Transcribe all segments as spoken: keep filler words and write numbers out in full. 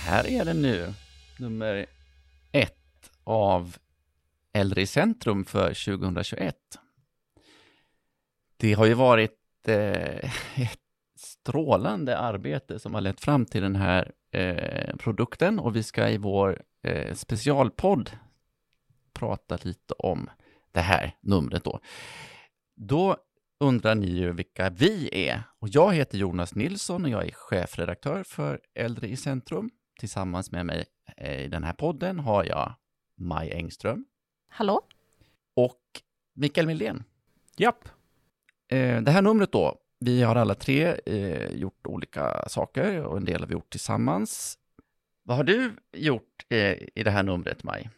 Här är det nu, nummer ett av Äldre i centrum för tjugohundratjugoett. Det har ju varit eh, ett strålande arbete som har lett fram till den här eh, produkten, och vi ska i vår eh, specialpodd prata lite om det här numret då. Då undrar ni ju vilka vi är, och jag heter Jonas Nilsson och jag är chefredaktör för Äldre i centrum. Tillsammans med mig i den här podden har jag Maj Engström. Hallå? Och Mikael Milén. Japp. Eh, det här numret då, vi har alla tre eh, gjort olika saker och en del har vi gjort tillsammans. Vad har du gjort eh, i det här numret, Maj?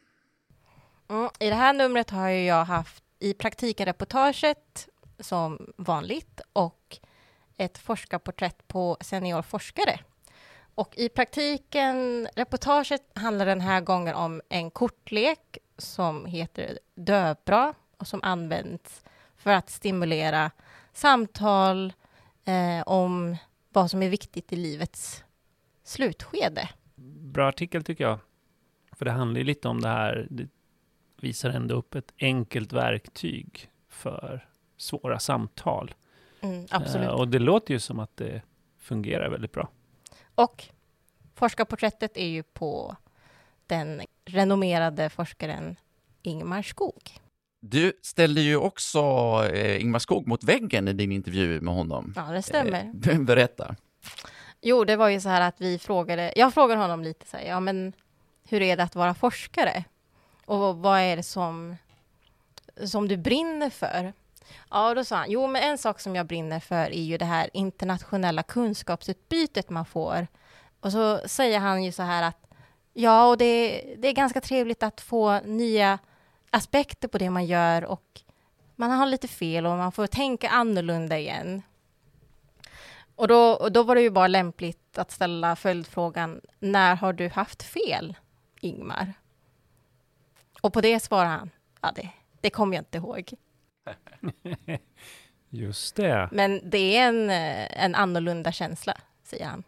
Mm, I det här numret har jag haft i praktiken reportaget som vanligt och ett forskarporträtt på seniorforskare. Och i praktiken reportaget handlar den här gången om en kortlek som heter Dövbra och som används för att stimulera samtal eh, om vad som är viktigt i livets slutskede. Bra artikel tycker jag. För det handlar ju lite om det här. Det visar ändå upp ett enkelt verktyg för svåra samtal. Mm, absolut. Eh, och det låter ju som att det fungerar väldigt bra. Och forskarporträttet är ju på den renommerade forskaren Ingmar Skog. Du ställde ju också eh, Ingmar Skog mot väggen i din intervju med honom. Ja, det stämmer. Eh, berätta. Jo, det var ju så här att vi frågade, jag frågade honom lite så här, ja men hur är det att vara forskare? Och vad är det som, som du brinner för? Ja, då sa han, jo men en sak som jag brinner för är ju det här internationella kunskapsutbytet man får. Och så säger han ju så här att ja, och det, det är ganska trevligt att få nya aspekter på det man gör och man har lite fel och man får tänka annorlunda igen. Och då, och då var det ju bara lämpligt att ställa följdfrågan, när har du haft fel, Ingmar? Och på det svarar han, ja det, det kommer jag inte ihåg. Just det. Men det är en, en annorlunda känsla, säger han.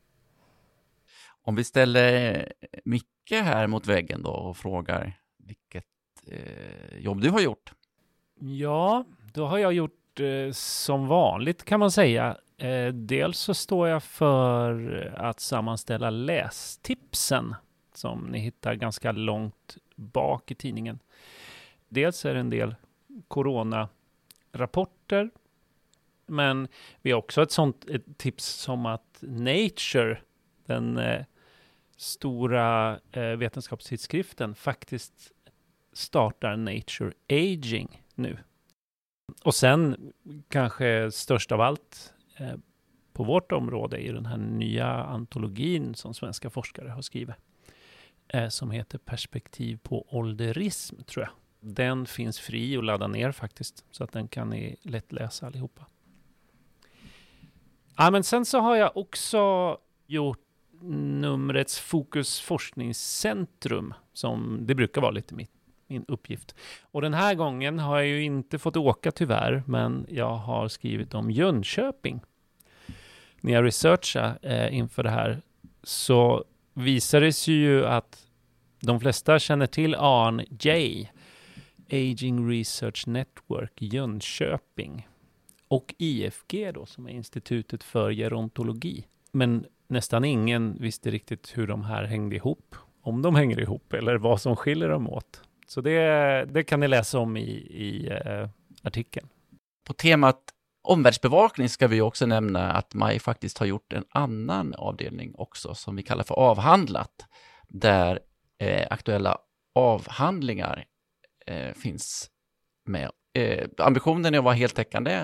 Om vi ställer Micke här mot väggen då och frågar vilket eh, jobb du har gjort. Ja, då har jag gjort eh, som vanligt kan man säga. Eh, dels så står jag för att sammanställa lästipsen som ni hittar ganska långt bak i tidningen. Dels är det en del corona-rapporter, men vi har också ett sånt ett tips som att Nature, den eh, stora eh, vetenskapstidskriften, faktiskt startar Nature Aging nu. Och sen kanske störst av allt eh, på vårt område är den här nya antologin som svenska forskare har skrivit eh, som heter Perspektiv på ålderism, tror jag. Den finns fri att ladda ner faktiskt, så att den kan ni lätt läsa allihopa. Ja, men sen så har jag också gjort numrets Fokus forskningscentrum, som det brukar vara lite mitt, min uppgift. Och den här gången har jag ju inte fått åka tyvärr, men jag har skrivit om Jönköping. När jag researchade eh, inför det här så visar det sig ju att de flesta känner till A R N J, Aging Research Network Jönköping, och I F G då, som är Institutet för gerontologi. Men nästan ingen visste riktigt hur de här hängde ihop, om de hänger ihop eller vad som skiljer dem åt. Så det, det kan ni läsa om i, i eh, artikeln. På temat omvärldsbevakning ska vi också nämna att Maj faktiskt har gjort en annan avdelning också som vi kallar för avhandlat, där eh, aktuella avhandlingar eh, finns med. Eh, ambitionen är att vara heltäckande.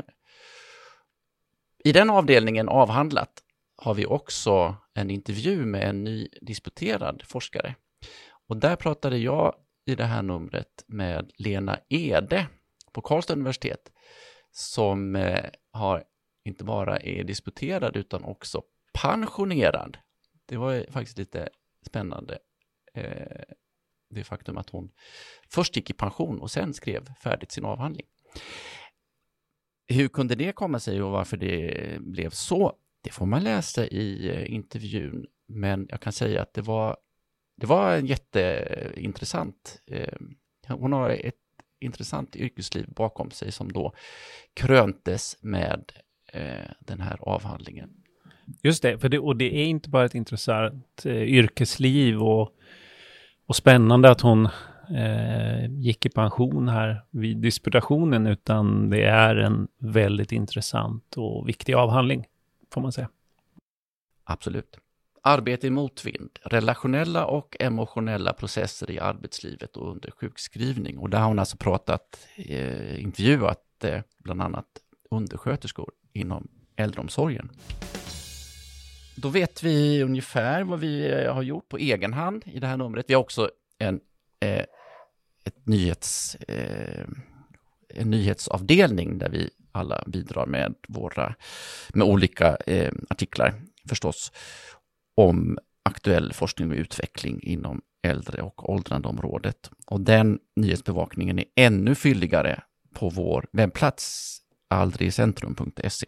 I den avdelningen avhandlat har vi också en intervju med en ny disputerad forskare. Och där pratade jag i det här numret med Lena Ede på Karlstad universitet, som eh, har inte bara är disputerad utan också pensionerad. Det var faktiskt lite spännande, eh, det faktum att hon först gick i pension och sen skrev färdigt sin avhandling. Hur kunde det komma sig och varför det blev så? Det får man läsa i intervjun Men jag kan säga att det var, det var en jätteintressant, eh, hon har ett intressant yrkesliv bakom sig som då kröntes med eh, den här avhandlingen. Just det, för det, och det är inte bara ett intressant eh, yrkesliv och, och spännande att hon eh, gick i pension här vid disputationen, utan det är en väldigt intressant och viktig avhandling, får man säga. Absolut. Arbete i motvind, relationella och emotionella processer i arbetslivet och under sjukskrivning. Och där har hon alltså pratat, eh, intervjuat eh, bland annat undersköterskor inom äldreomsorgen. Då vet vi ungefär vad vi har gjort på egen hand i det här numret. Vi har också en, eh, ett nyhets, eh, en nyhetsavdelning där vi alla bidrar med, våra, med olika eh, artiklar förstås om aktuell forskning och utveckling inom äldre- och åldrandeområdet. Och den nyhetsbevakningen är ännu fylligare på vår webbplats aldrigicentrum punkt se.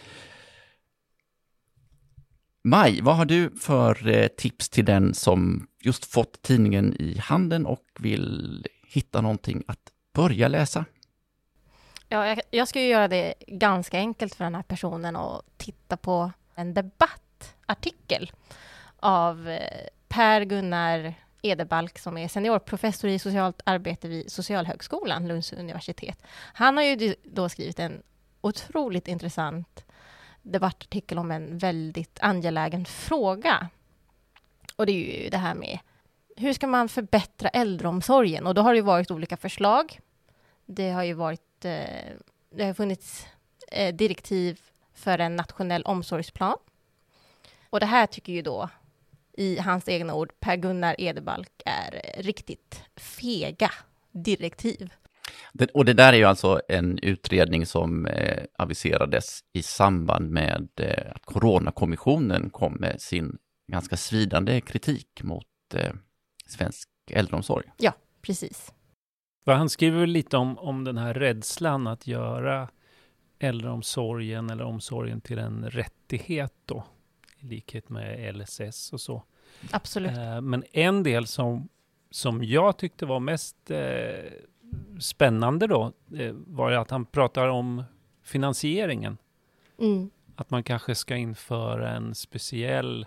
Maj, vad har du för eh, tips till den som just fått tidningen i handen och vill hitta någonting att börja läsa? Ja, jag, jag ska ju göra det ganska enkelt för den här personen och titta på en debattartikel av eh, Per-Gunnar Edebalk som är seniorprofessor i socialt arbete vid Socialhögskolan, Lunds universitet. Han har ju då skrivit en otroligt intressant debattartikel om en väldigt angelägen fråga. Och det är ju det här med hur ska man förbättra äldreomsorgen? Och då har det ju varit olika förslag. Det har ju varit eh, det har funnits eh, direktiv för en nationell omsorgsplan. Och det här tycker ju då, i hans egna ord, Per-Gunnar Edebalk är riktigt fega direktiv. Det, och det där är ju alltså en utredning som eh, aviserades i samband med eh, att Coronakommissionen kom med sin ganska svidande kritik mot eh, svensk äldreomsorg. Ja, precis. Han skriver lite om, om den här rädslan att göra äldreomsorgen eller omsorgen till en rättighet då, i likhet med L S S och så. Absolut. Eh, men en del som, som jag tyckte var mest eh, spännande då eh, var att han pratar om finansieringen. Mm. Att man kanske ska införa en speciell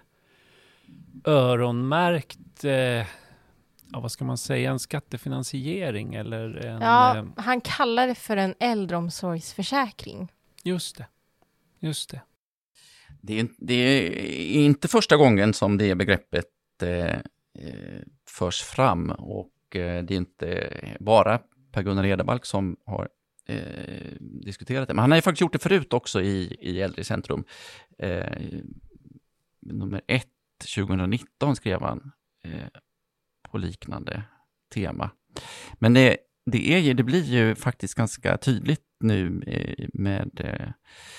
öronmärkt eh, ja, vad ska man säga, en skattefinansiering eller en... Ja, eh, han kallar det för en äldreomsorgsförsäkring. Just det, just det. Det är, det är inte första gången som det begreppet eh, förs fram, och eh, det är inte bara Per-Gunnar Edebalk som har eh, diskuterat det. Men han har ju faktiskt gjort det förut också i, i Äldrecentrum. Eh, nummer ett, tjugonitton skrev han eh, på liknande tema. Men det, det, är ju, det blir ju faktiskt ganska tydligt nu eh, med eh,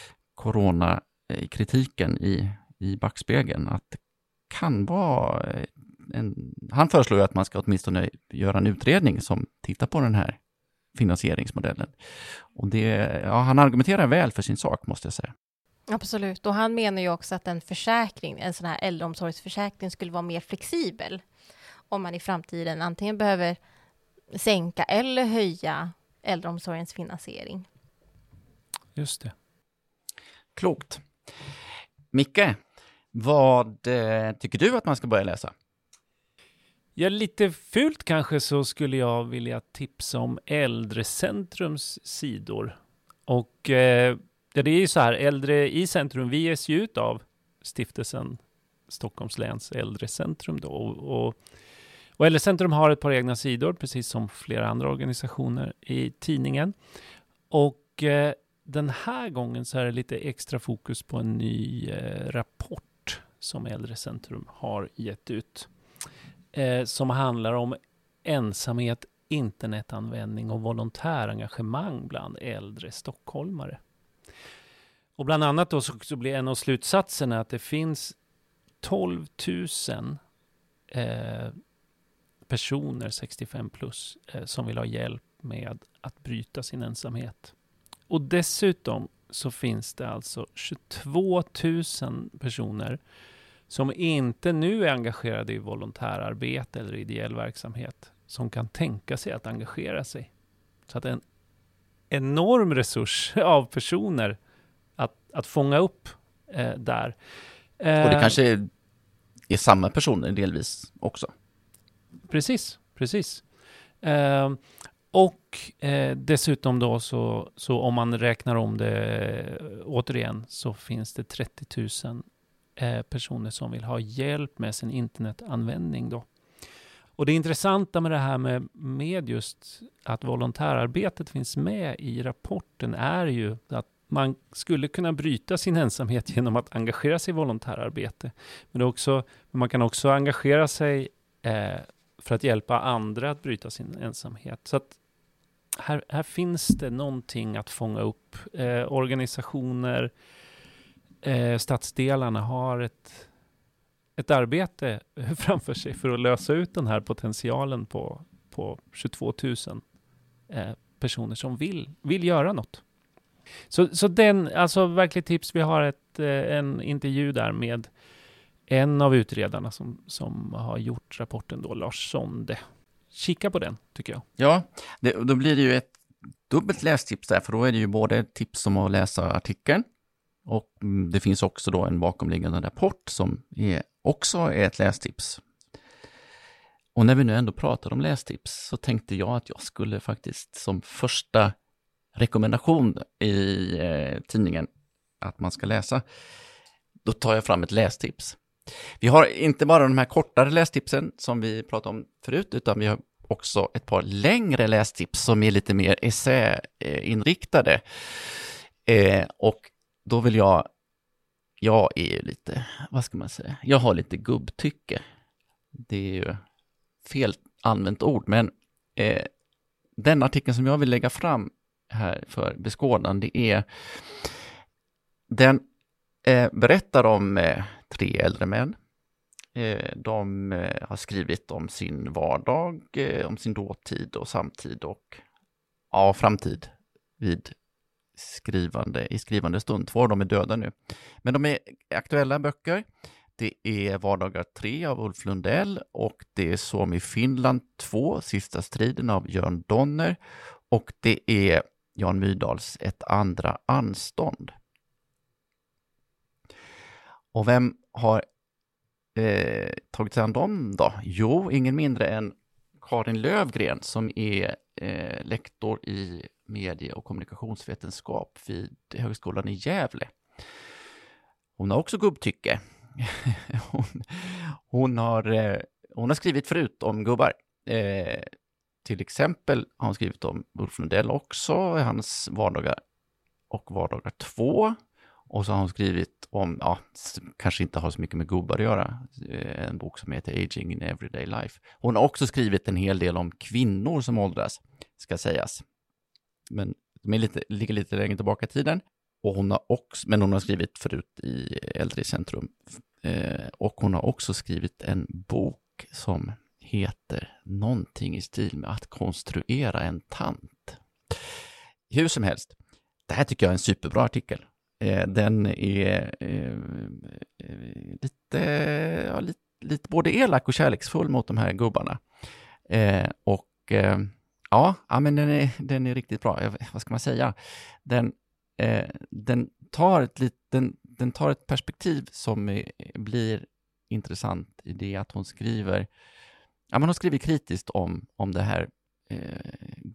coronakritiken i, i backspegeln att det kan vara en, han föreslår ju att man ska åtminstone göra en utredning som tittar på den här finansieringsmodellen. Och det, ja, han argumenterar väl för sin sak, måste jag säga. Absolut, och han menar ju också att en försäkring, en sån här äldreomsorgsförsäkring skulle vara mer flexibel om man i framtiden antingen behöver sänka eller höja äldreomsorgens finansiering. Just det. Klokt. Micke, vad eh, tycker du att man ska börja läsa? Ja, lite fult kanske så skulle jag vilja tipsa om Äldrecentrums sidor. Och eh, ja, det är ju så här, Äldre i centrum, vi ges ju ut av stiftelsen Stockholms läns Äldrecentrum då. Och, och, och Äldrecentrum har ett par egna sidor, precis som flera andra organisationer i tidningen. Och eh, den här gången så är det lite extra fokus på en ny eh, rapport som Äldrecentrum har gett ut. Eh, som handlar om ensamhet, internetanvändning och volontärengagemang bland äldre stockholmare. Och bland annat då så, så blir en av slutsatserna att det finns tolv tusen eh, personer sextiofem plus eh, som vill ha hjälp med att bryta sin ensamhet. Och dessutom så finns det alltså tjugotvå tusen personer som inte nu är engagerade i volontärarbete eller ideell verksamhet som kan tänka sig att engagera sig. Så att en enorm resurs av personer att, att fånga upp eh, där. Eh, Och det kanske är, är samma personer delvis också. Precis, precis. Eh, och eh, dessutom då så, så om man räknar om det återigen så finns det trettio tusen eh, personer som vill ha hjälp med sin internetanvändning då. Och det intressanta med det här med, med just att volontärarbetet finns med i rapporten är ju att man skulle kunna bryta sin ensamhet genom att engagera sig i volontärarbete. Men, det är också, men man kan också engagera sig eh, för att hjälpa andra att bryta sin ensamhet. Så att här, här finns det någonting att fånga upp. Eh, organisationer, eh, stadsdelarna har ett, ett arbete framför sig för att lösa ut den här potentialen på, på tjugotvå tusen eh, personer som vill, vill göra något. Så, så den, alltså verkligen tips, vi har ett, en intervju där med en av utredarna som, som har gjort rapporten då, Lars Sonde. Kika på den, tycker jag. Ja, det, då blir det ju ett dubbelt lästips där, för då är det ju både ett tips om att läsa artikeln och det finns också då en bakomliggande rapport som är också är ett lästips. Och när vi nu ändå pratar om lästips så tänkte jag att jag skulle faktiskt som första rekommendation i eh, tidningen att man ska läsa, då tar jag fram ett lästips. Vi har inte bara de här kortare lästipsen som vi pratade om förut, utan vi har också ett par längre lästips som är lite mer essäinriktade. Eh, och då vill jag, jag är ju lite, vad ska man säga, jag har lite gubbtycke. Det är ju fel använt ord, men eh, den artikeln som jag vill lägga fram här för beskådan, det är den eh, berättar om eh, tre äldre män. Eh, de eh, har skrivit om sin vardag, eh, om sin dåtid och samtid och ja, framtid vid skrivande, i skrivande stund. Två av dem är döda nu. Men de är aktuella böcker. Det är Vardagar tre av Ulf Lundell och det är Som i Finland två, Sista striden av Jörn Donner och det är Jan Myrdals Ett andra anstånd. Och vem har eh, tagit sig an dem då? Jo, ingen mindre än Karin Lövgren som är eh, lektor i medie- och kommunikationsvetenskap vid Högskolan i Gävle. Hon har också gubbtycke. hon, hon, har, eh, hon har skrivit förut om gubbar. Eh, till exempel har hon skrivit om Ulf Lundell också, hans Vardagar och Vardagar två. Och så har hon skrivit om, ja, kanske inte har så mycket med gubbar att göra, en bok som heter Aging in Everyday Life. Hon har också skrivit en hel del om kvinnor som åldras, ska sägas. Men de är lite, ligger lite längre tillbaka i tiden. Och hon har också, men hon har skrivit förut i Äldre i centrum. Eh, och hon har också skrivit en bok som heter någonting i stil med Att konstruera en tant. Hur som helst, det här tycker jag är en superbra artikel. Eh, den är eh, lite, ja, lite, lite både elak och kärleksfull mot de här gubbarna. Eh, och eh, ja, ja, men den är, den är riktigt bra. Jag, vad ska man säga? Den, eh, den, tar ett lit, den, den tar ett perspektiv som är, blir intressant i det att hon skriver, ja, men hon skriver kritiskt om, om det här eh,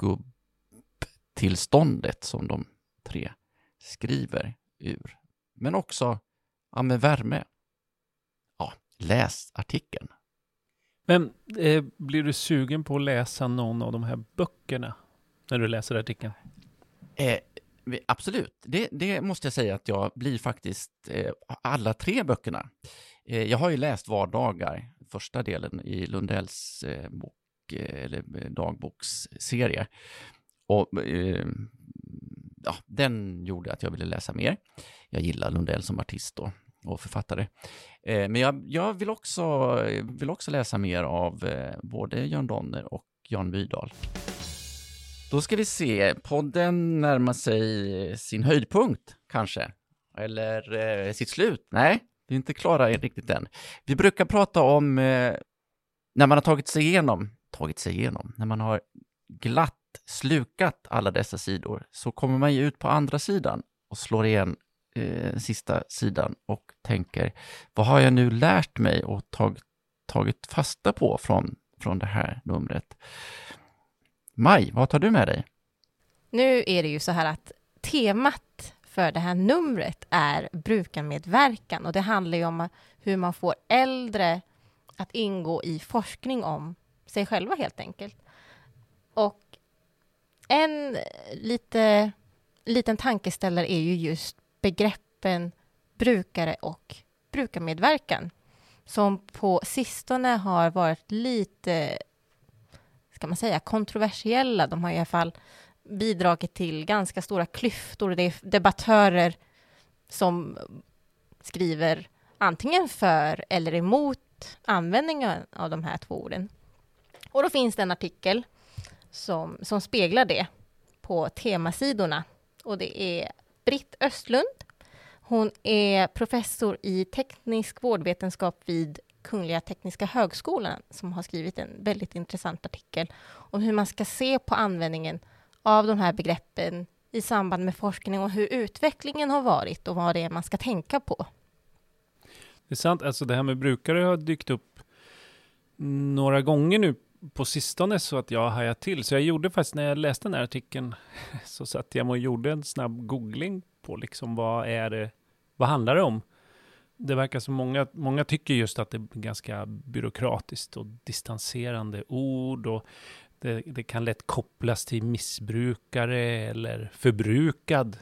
gubbtillståndet som de tre skriver ur. Men också ja, med värme. Ja, läs artikeln. Men eh, blir du sugen på att läsa någon av de här böckerna när du läser artikeln? Eh, absolut. Det, det måste jag säga att jag blir faktiskt eh, alla tre böckerna. Eh, jag har ju läst Vardagar, första delen i Lundells eh, bok, eh, eller dagboksserie. Och eh, ja, den gjorde att jag ville läsa mer. Jag gillar Lundell som artist då, och författare. Eh, men jag, jag vill, också, vill också läsa mer av eh, både Jörn Donner och Jan Myrdal. Då ska vi se, podden närmar sig sin höjdpunkt kanske. Eller eh, sitt slut. Nej, Vi är inte klara riktigt än. Vi brukar prata om eh, när man har tagit sig igenom, tagit sig igenom, när man har glatt slukat alla dessa sidor, så kommer man ju ut på andra sidan och slår igen eh, sista sidan och tänker, vad har jag nu lärt mig och tag, tagit fasta på från, från det här numret? Maj, vad tar du med dig? Nu är det ju så här att temat för det här numret är brukarmedverkan, och det handlar ju om hur man får äldre att ingå i forskning om sig själva helt enkelt. Och en lite, liten tankeställare är ju just begreppen brukare och brukarmedverkan, som på sistone har varit lite, ska man säga, kontroversiella. De har i alla fall bidragit till ganska stora klyftor. Det är debattörer som skriver antingen för eller emot användningen av de här två orden. Och då finns det en artikel som, som speglar det på temasidorna. Och det är Britt Östlund. Hon är professor i teknisk vårdvetenskap vid Kungliga Tekniska högskolan, som har skrivit en väldigt intressant artikel om hur man ska se på användningen av de här begreppen i samband med forskning och hur utvecklingen har varit och vad det är man ska tänka på. Det är sant, alltså det här med brukare har dykt upp några gånger nu på sistone så att jag hajar till. Så jag gjorde faktiskt, när jag läste den här artikeln, så satt jag och gjorde en snabb googling på liksom vad är det, vad handlar det om? Det verkar som många, många tycker just att det är ganska byråkratiskt och distanserande ord, och det, det kan lätt kopplas till missbrukare eller förbrukad.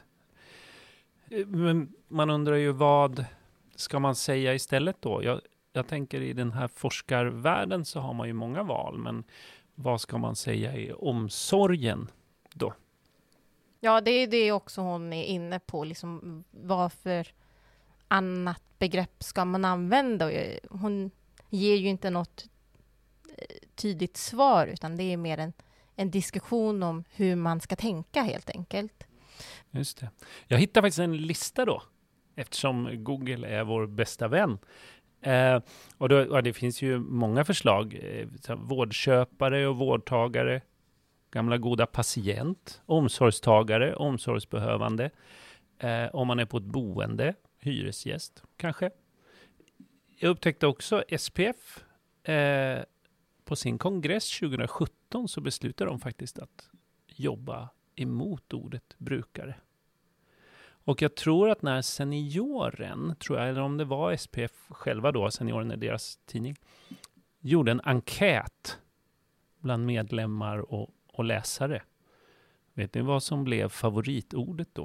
Men man undrar ju, vad ska man säga istället då? Jag, jag tänker i den här forskarvärlden så har man ju många val, men vad ska man säga i omsorgen då? Ja, det är det också hon är inne på. Liksom, vad för annat begrepp ska man använda? Hon ger ju inte något tydligt svar, utan det är mer en, en diskussion om hur man ska tänka helt enkelt. Just det. Jag hittade faktiskt en lista då, eftersom Google är vår bästa vän. Eh, och då, ja, det finns ju många förslag. Eh, vårdköpare och vårdtagare, gamla goda patient, omsorgstagare, omsorgsbehövande. Eh, om man är på ett boende, hyresgäst kanske. Jag upptäckte också S P F eh, på sin kongress tjugo sjutton så beslutade de faktiskt att jobba emot ordet brukare. Och jag tror att när senioren, tror jag, eller om det var S P F själva då, senioren är deras tidning, gjorde en enkät bland medlemmar och, och läsare. Vet ni vad som blev favoritordet då?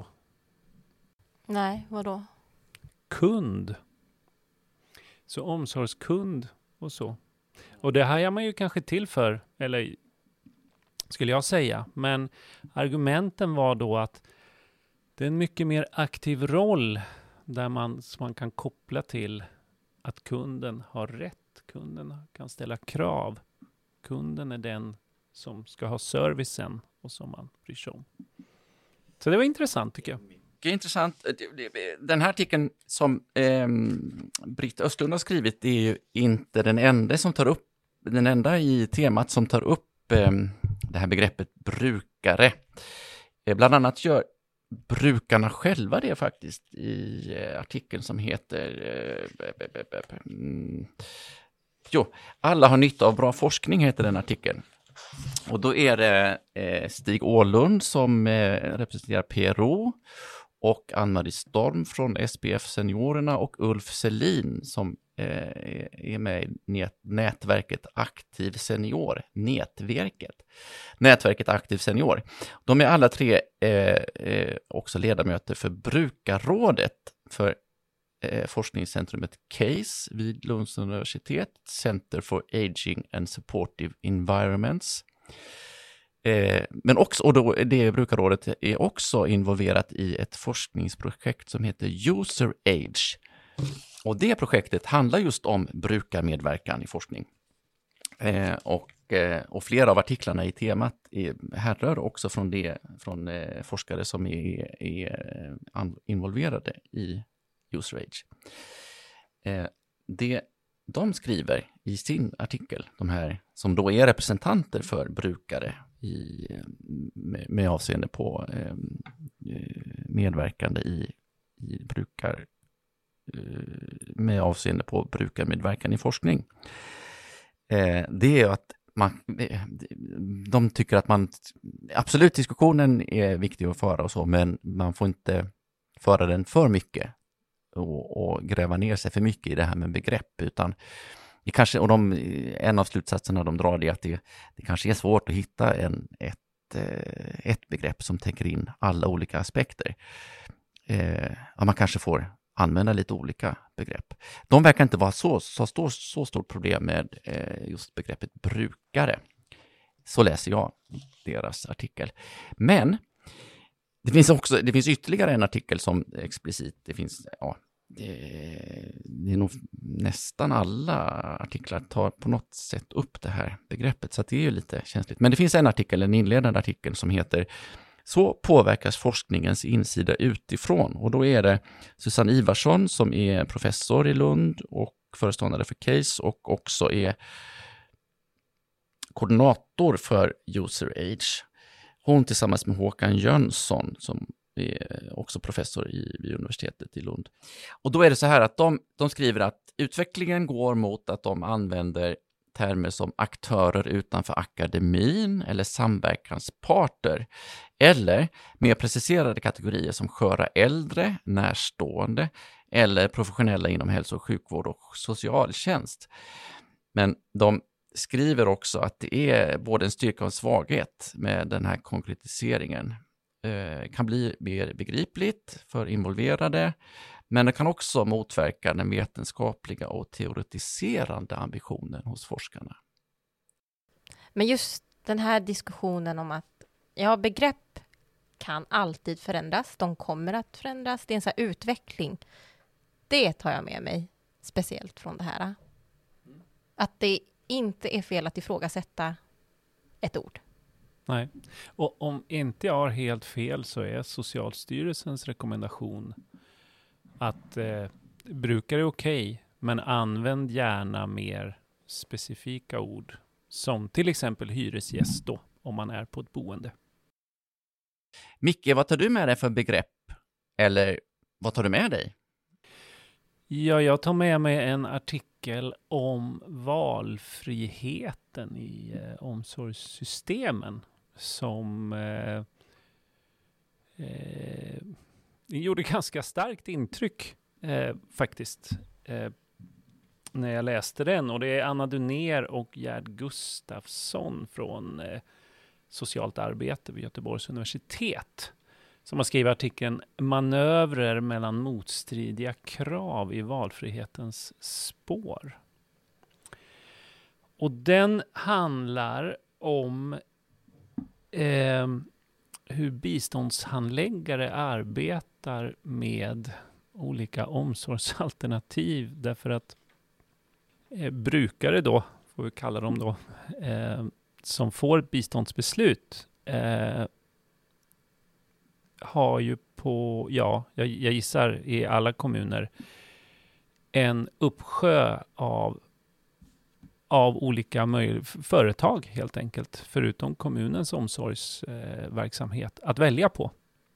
Nej, vad då? Kund. Så omsorgskund och så. Och det här är man ju kanske till för, eller skulle jag säga. Men argumenten var då att det är en mycket mer aktiv roll där man, som man kan koppla till att kunden har rätt. Kunden kan ställa krav. Kunden är den som ska ha servicen och som man bryr sig om. Så det var intressant tycker jag. Det är intressant. Den här artikeln som eh, Britt Östlund har skrivit är ju inte den enda som tar upp, den enda i temat som tar upp eh, det här begreppet brukare. Eh, bland annat gör brukarna själva det faktiskt i eh, artikeln som heter eh, mm, jo, alla har nytta av bra forskning heter den artikeln. Och då är det eh, Stig Åhlund som eh, representerar P R O och Ann-Marie Storm från S P F Seniorerna och Ulf Selin som eh, är med i nätverket Aktiv Senior, nätverket. Nätverket Aktiv Senior. De är alla tre eh, eh, också ledamöter för Brukarrådet för eh, forskningscentrumet CASE vid Lunds universitet, Center for Aging and Supportive Environments. Eh, men också, och då, det Brukarrådet är också involverat i ett forskningsprojekt som heter User Age. Och det projektet handlar just om brukarmedverkan i forskning. Eh, och, eh, och flera av artiklarna i temat är, härrör också från, det, från eh, forskare som är, är an, involverade i User Age. Eh, det de skriver i sin artikel, de här som då är representanter för brukare i, med, med avseende på eh, medverkande i, i brukar med avseende på brukarmedverkan i forskning. Eh, det är att man, de tycker att man, absolut diskussionen är viktig att föra och så, men man får inte föra den för mycket och, och gräva ner sig för mycket i det här med begrepp, utan det kanske, och de, en av slutsatserna de drar är att det, det kanske är svårt att hitta en, ett, ett begrepp som täcker in alla olika aspekter. Eh, ja, man kanske får använda lite olika begrepp. De verkar inte vara så, så, så, så stort problem med eh, just begreppet brukare. Så läser jag deras artikel. Men det finns också, det finns ytterligare en artikel som explicit, det finns, ja, det, det är nog nästan alla artiklar tar på något sätt upp det här begreppet, så att det är ju lite känsligt. Men det finns en artikel, en inledande artikel som heter Så påverkas forskningens insida utifrån. Och då är det Susanne Ivarsson som är professor i Lund och föreståndare för Case och också är koordinator för User Age. Hon tillsammans med Håkan Jönsson som är också professor i, vid universitetet i Lund. Och då är det så här att de, de skriver att utvecklingen går mot att de använder termer som aktörer utanför akademin eller samverkansparter, eller mer preciserade kategorier som sköra äldre, närstående eller professionella inom hälso- och sjukvård och socialtjänst. Men de skriver också att det är både en styrka och en svaghet med den här konkretiseringen. Det kan bli mer begripligt för involverade, men det kan också motverka den vetenskapliga och teoretiserande ambitionen hos forskarna. Men just den här diskussionen om att ja, begrepp kan alltid förändras. De kommer att förändras. Det är en sån här utveckling. Det tar jag med mig speciellt från det här. Att det inte är fel att ifrågasätta ett ord. Nej, och om inte jag har helt fel så är Socialstyrelsens rekommendation att eh, brukare är okej, men använd gärna mer specifika ord som till exempel hyresgäst då, om man är på ett boende. Micke, vad tar du med dig för begrepp? Eller vad tar du med dig? Ja, jag tar med mig en artikel om valfriheten i eh, omsorgssystemen som eh, eh, gjorde ganska starkt intryck eh, faktiskt eh, när jag läste den. Och det är Anna Dunér och Gerd Gustafsson från eh, Socialt arbete vid Göteborgs universitet som har skrivit artikeln Manövrer mellan motstridiga krav i valfrihetens spår. Och den handlar om eh, hur biståndshandläggare arbetar med olika omsorgsalternativ. Därför att eh, brukare då, får vi kalla dem då, eh, som får ett biståndsbeslut eh, har ju på, ja, jag, jag gissar i alla kommuner en uppsjö av, av olika möj- företag helt enkelt, förutom kommunens omsorgsverksamhet eh, att välja på.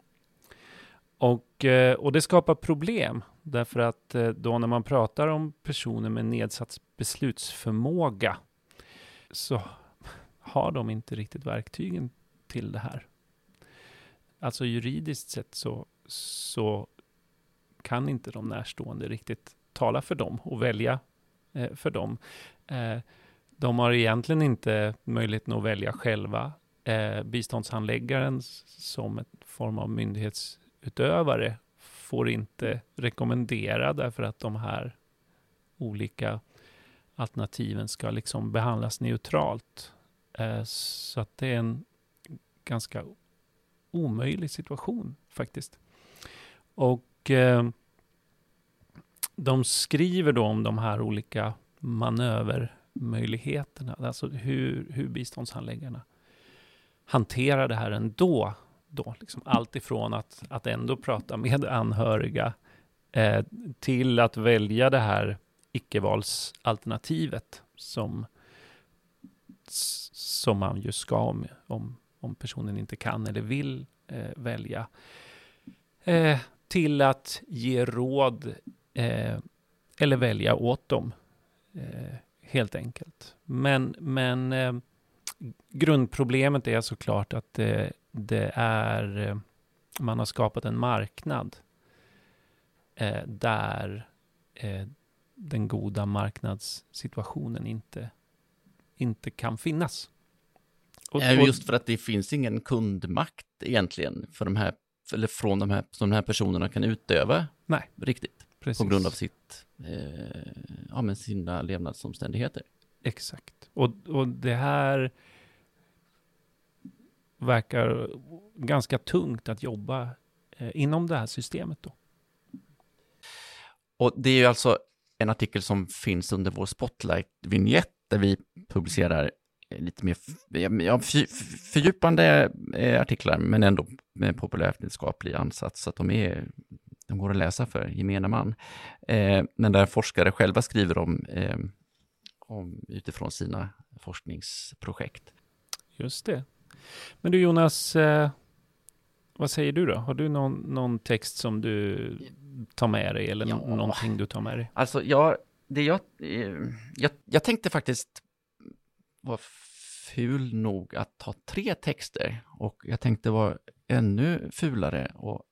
Och, eh, och det skapar problem därför att eh, då när man pratar om personer med nedsatt beslutsförmåga så har de inte riktigt verktygen till det här. Alltså juridiskt sett så, så kan inte de närstående riktigt tala för dem och välja eh, för dem. Eh, de har egentligen inte möjligheten att välja själva. Eh, biståndshandläggaren som en form av myndighetsutövare får inte rekommendera därför att de här olika alternativen ska liksom behandlas neutralt. Eh, så att det är en ganska omöjlig situation faktiskt. Och eh, de skriver då om de här olika manövermöjligheterna, alltså hur, hur biståndshandläggarna hanterar det här ändå. Då, liksom allt ifrån att, att ändå prata med anhöriga eh, till att välja det här icke-valsalternativet som, som man ju ska om, om, om personen inte kan eller vill eh, välja. Eh, till att ge råd eh, eller välja åt dem. Eh, helt enkelt. Men, men eh, grundproblemet är såklart att det, det är eh, man har skapat en marknad eh, där eh, den goda marknadssituationen inte, inte kan finnas. Och, och just för att det finns ingen kundmakt egentligen för de här, eller från de här, som de här personerna kan utöva. Nej. Riktigt. Precis. På grund av sitt, eh, ja, men sina levnadsomständigheter. Exakt. Och, och det här verkar ganska tungt att jobba eh, inom det här systemet då. Och det är ju alltså en artikel som finns under vår Spotlight-vignett där vi publicerar lite mer ja, fördjupande artiklar men ändå med populärvetenskaplig ansats så att de, är, de går att läsa för gemene man. Eh, men där forskare själva skriver om, eh, om utifrån sina forskningsprojekt. Just det. Men du Jonas, eh, vad säger du då? Har du någon, någon text som du tar med dig eller ja. no- någonting du tar med dig? Alltså jag, det jag, eh, jag, jag tänkte faktiskt var ful nog att ta tre texter och jag tänkte vara ännu fulare och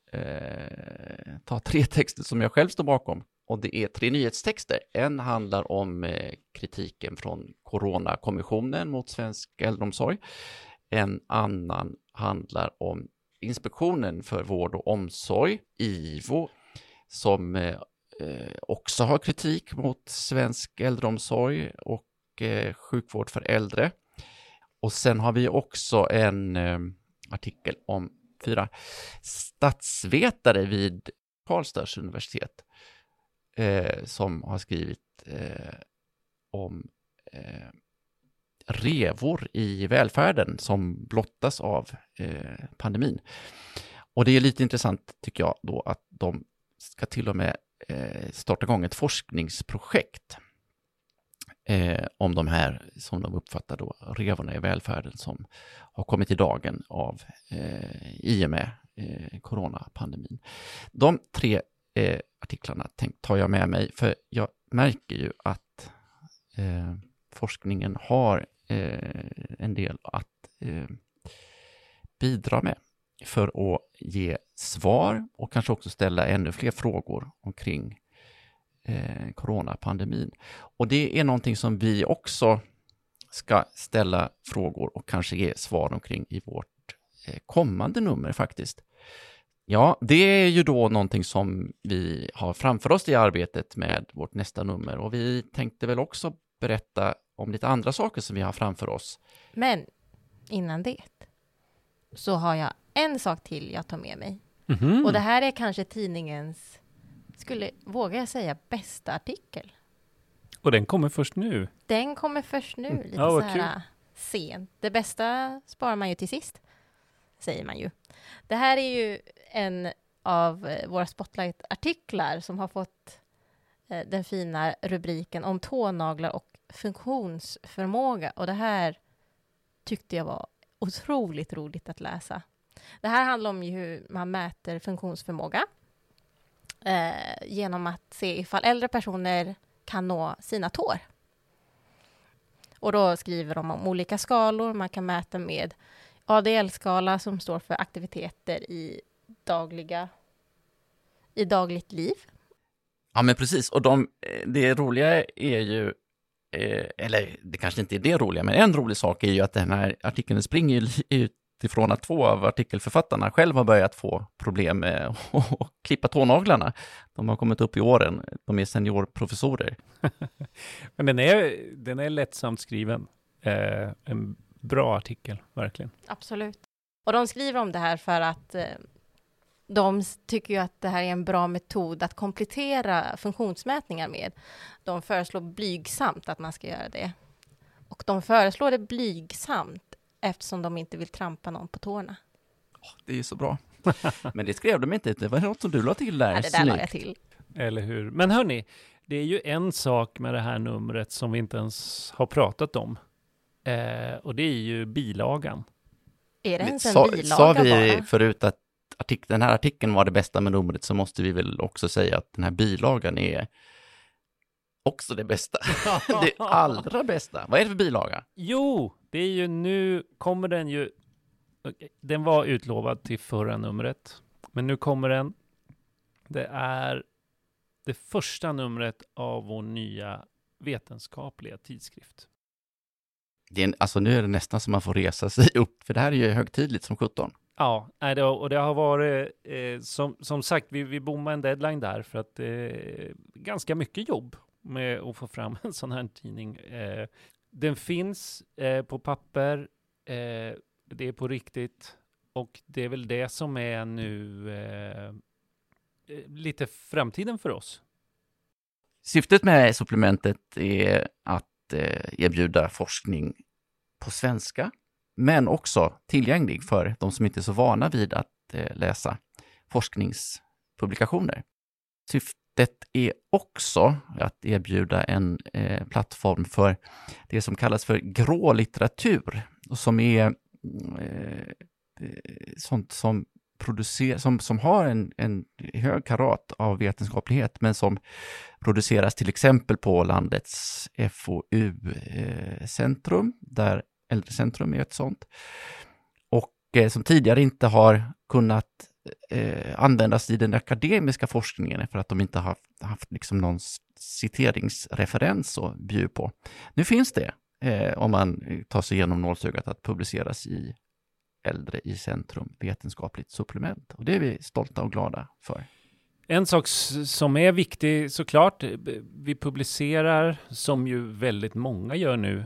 eh, ta tre texter som jag själv står bakom. Och det är tre nyhetstexter. En handlar om eh, kritiken från Coronakommissionen mot svensk äldreomsorg. En annan handlar om Inspektionen för vård och omsorg, I V O, som eh, också har kritik mot svensk äldreomsorg och eh, sjukvård för äldre. Och sen har vi också en eh, artikel om fyra statsvetare vid Karlstads universitet eh, som har skrivit eh, om eh, revor i välfärden som blottas av eh, pandemin. Och det är lite intressant tycker jag då att de ska till och med eh, starta igång ett forskningsprojekt eh, om de här som de uppfattar då revorna i välfärden som har kommit i dagen av eh, i och med eh, coronapandemin. De tre eh, artiklarna tänk, tar jag med mig för jag märker ju att eh, forskningen har eh, en del att eh, bidra med för att ge svar och kanske också ställa ännu fler frågor omkring eh, coronapandemin. Och det är någonting som vi också ska ställa frågor och kanske ge svar omkring i vårt eh, kommande nummer faktiskt. Ja, det är ju då någonting som vi har framför oss i arbetet med vårt nästa nummer och vi tänkte väl också berätta om lite andra saker som vi har framför oss. Men innan det så har jag en sak till jag tar med mig. Mm-hmm. Och det här är kanske tidningens, skulle våga jag säga, bästa artikel. Och den kommer först nu. Den kommer först nu, lite Ja, så vad här kul. sent. Det bästa sparar man ju till sist, säger man ju. Det här är ju en av eh, våra Spotlight-artiklar som har fått eh, den fina rubriken om tånaglar och funktionsförmåga. Och det här tyckte jag var otroligt roligt att läsa. Det här handlar om ju hur man mäter funktionsförmåga eh, genom att se ifall äldre personer kan nå sina tår. Och då skriver de om olika skalor. Man kan mäta med A D L-skala som står för aktiviteter i dagliga i dagligt liv. Ja men precis, och de, det roliga är ju, eh, eller det kanske inte är det roliga, men en rolig sak är ju att den här artikeln springer utifrån att två av artikelförfattarna själva har börjat få problem med att klippa tånaglarna. De har kommit upp i åren, de är seniorprofessorer. Men den är, den är lättsamt skriven. Eh, en bra artikel, verkligen. Absolut. Och de skriver om det här för att eh, de tycker ju att det här är en bra metod att komplettera funktionsmätningar med. De föreslår blygsamt att man ska göra det. Och de föreslår det blygsamt eftersom de inte vill trampa någon på tårna. Det är ju så bra. Men det skrev de inte, det var något som du la till där. Ja, det där la jag till. Eller hur? Men hörni, det är ju en sak med det här numret som vi inte ens har pratat om. Eh, och det är ju bilagan. Är det ens en Sa, bilaga sa vi bara? förut att artik- den här artikeln var det bästa med numret, så måste vi väl också säga att den här bilagan är också det bästa. Det allra bästa. Vad är det för bilaga? Jo, det är ju nu kommer den ju. Den var utlovad till förra numret, men nu kommer den. Det är det första numret av vår nya vetenskapliga tidskrift. Det är en, alltså nu är det nästan som man får resa sig upp, för det här är ju högtidligt som sjutton. Ja, nej, det, och det har varit, eh, som, som sagt, vi, vi bommade en deadline där för att det eh, är ganska mycket jobb med att få fram en sån här tidning. Eh, den finns eh, på papper, eh, det är på riktigt, och det är väl det som är nu eh, lite framtiden för oss. Syftet med supplementet är att eh, erbjuda forskning på svenska, men också tillgänglig för de som inte är så vana vid att eh, läsa forskningspublikationer. Syftet är också att erbjuda en eh, plattform för det som kallas för grå litteratur, och som är eh, sånt som producerar, som, som har en, en hög karat av vetenskaplighet, men som produceras till exempel på landets F O U-centrum, där Äldrecentrum är ett sånt, och eh, som tidigare inte har kunnat eh, användas i den akademiska forskningen för att de inte har haft liksom någon citeringsreferens att bjuda på. Nu finns det, eh, om man tar sig igenom nålsögat, att publiceras i Äldre i centrum vetenskapligt supplement, och det är vi stolta och glada för. En sak som är viktig såklart, vi publicerar, som ju väldigt många gör nu,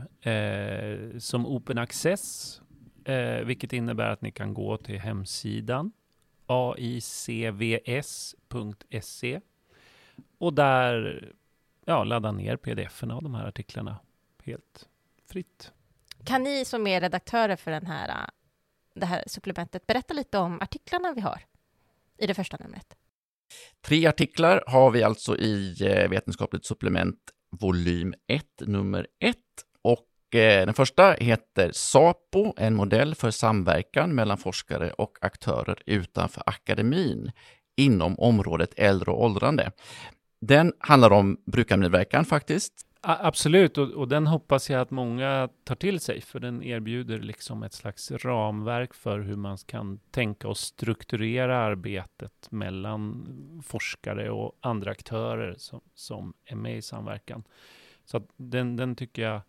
eh, som open access, eh, vilket innebär att ni kan gå till hemsidan a i c v s punkt se och där ja, ladda ner pdf-erna av de här artiklarna helt fritt. Kan ni som är redaktörer för den här, det här supplementet berätta lite om artiklarna vi har i det första numret? Tre artiklar har vi alltså i vetenskapligt supplement volym ett, nummer ett. Och eh, den första heter SAPO, en modell för samverkan mellan forskare och aktörer utanför akademin inom området äldre och åldrande. Den handlar om brukarmedverkan faktiskt. Absolut, och, och den hoppas jag att många tar till sig, för den erbjuder liksom ett slags ramverk för hur man kan tänka och strukturera arbetet mellan forskare och andra aktörer som, som är med i samverkan. Så att den, den tycker jag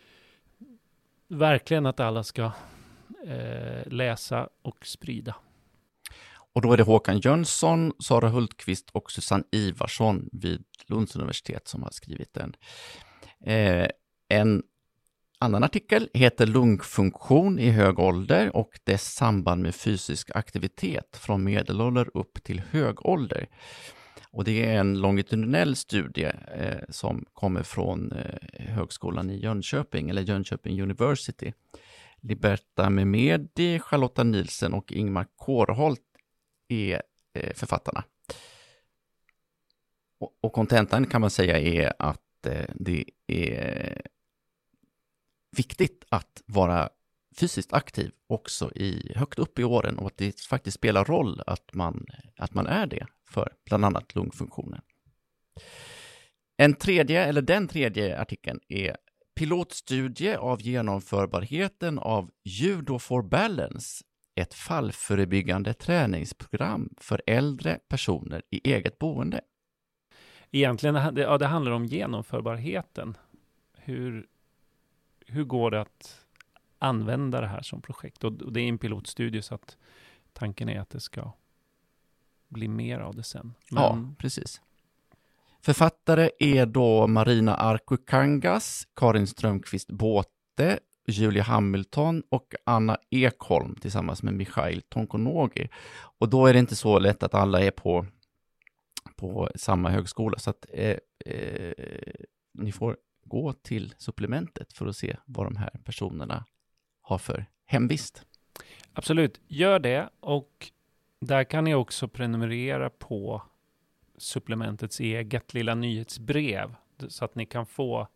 verkligen att alla ska eh, läsa och sprida. Och då är det Håkan Jönsson, Sara Hultqvist och Susanne Ivarsson vid Lunds universitet som har skrivit den. Eh, en annan artikel heter Lungfunktion i hög ålder och dess samband med fysisk aktivitet från medelålder upp till hög ålder. Och det är en longitudinell studie eh, som kommer från eh, högskolan i Jönköping, eller Jönköping University. Liberta Memedi, Charlotta Nielsen och Ingmar Kårholt är eh, författarna. Och kontentan kan man säga är att eh, det är viktigt att vara fysiskt aktiv också i högt upp i åren, och att det faktiskt spelar roll att man, att man är det för bland annat lungfunktionen. En tredje, eller den tredje artikeln är pilotstudie av genomförbarheten av Judo for Balance, ett fallförebyggande träningsprogram för äldre personer i eget boende. Egentligen, ja, det handlar om genomförbarheten. Hur, hur går det att använda det här som projekt? Och det är en pilotstudie, så att tanken är att det ska bli mer av det sen. Men... Ja, precis. Författare är då Marina Arkukangas, Karin Strömqvist Båte, Julia Hamilton och Anna Ekholm tillsammans med Mikhail Tonkonogi. Och då är det inte så lätt att alla är på, på samma högskola, så att eh, eh, ni får gå till supplementet för att se vad de här personerna har för hemvist. Absolut, gör det, och Där kan ni också prenumerera på supplementets eget lilla nyhetsbrev så att ni kan få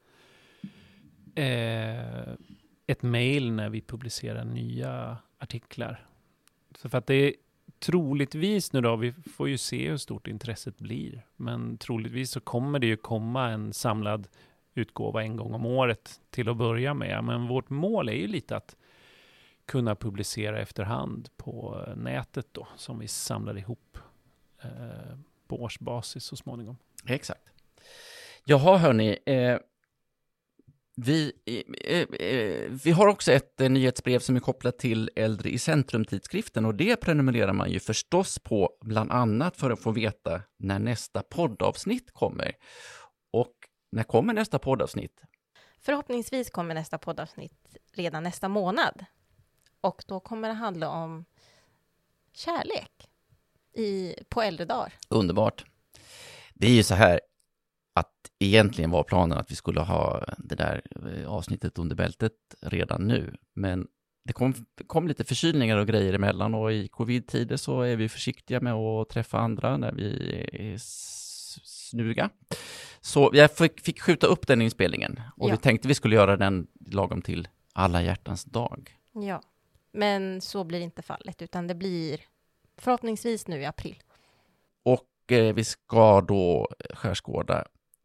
eh, ett mejl när vi publicerar nya artiklar. Så för att det är troligtvis nu då, vi får ju se hur stort intresset blir, men troligtvis så kommer det ju komma en samlad utgåva en gång om året till att börja med. Men vårt mål är ju lite att kunna publicera efterhand på nätet då, som vi samlar ihop eh, på årsbasis så småningom. Exakt. Jaha hörni, eh, vi, eh, eh, vi har också ett eh, nyhetsbrev som är kopplat till Äldre i centrum-tidskriften, och det prenumererar man ju förstås på bland annat för att få veta när nästa poddavsnitt kommer. Och när kommer nästa poddavsnitt? Förhoppningsvis kommer nästa poddavsnitt redan nästa månad. Och då kommer det handla om kärlek i, på äldre dagar. Underbart. Det är ju så här att egentligen var planen att vi skulle ha det där avsnittet under bältet redan nu. Men det kom, det kom lite förkylningar och grejer emellan, och i covid-tider så är vi försiktiga med att träffa andra när vi är snuga. Så jag fick, fick skjuta upp den inspelningen, och Ja. vi tänkte vi skulle göra den lagom till alla hjärtans dag. Ja, men så blir inte fallet, utan det blir förhoppningsvis nu i april. Och eh, vi ska då skärskåda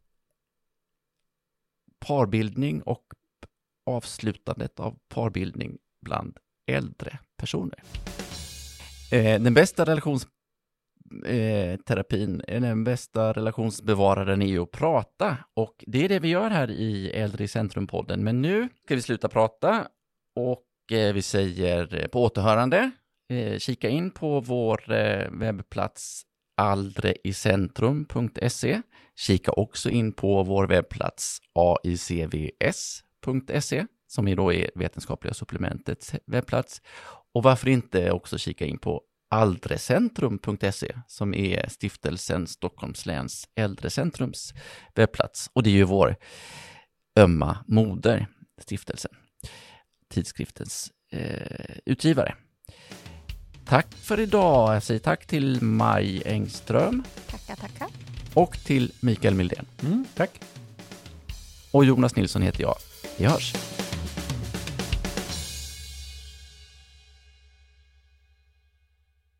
parbildning och avslutandet av parbildning bland äldre personer. Eh, den bästa relationsterapin, eh, den bästa relationsbevararen är ju att prata, och det är det vi gör här i Äldre i centrum-podden. Men nu ska vi sluta prata, och eh, vi säger på återhörande. Eh, kika in på vår eh, webbplats aldreicentrum punkt se. Kika också in på vår webbplats a i c v s punkt se, som är då är vetenskapliga supplementets webbplats. Och varför inte också kika in på aldrecentrum punkt se, som är stiftelsen Stockholms läns äldrecentrums webbplats. Och det är ju vår ömma moder, stiftelsen, tidskriftens eh, utgivare. Tack för idag. Jag säger tack till Maj Engström. Tackar, tackar. Och till Mikael Mildén. Mm, tack. Och Jonas Nilsson heter jag. Vi hörs.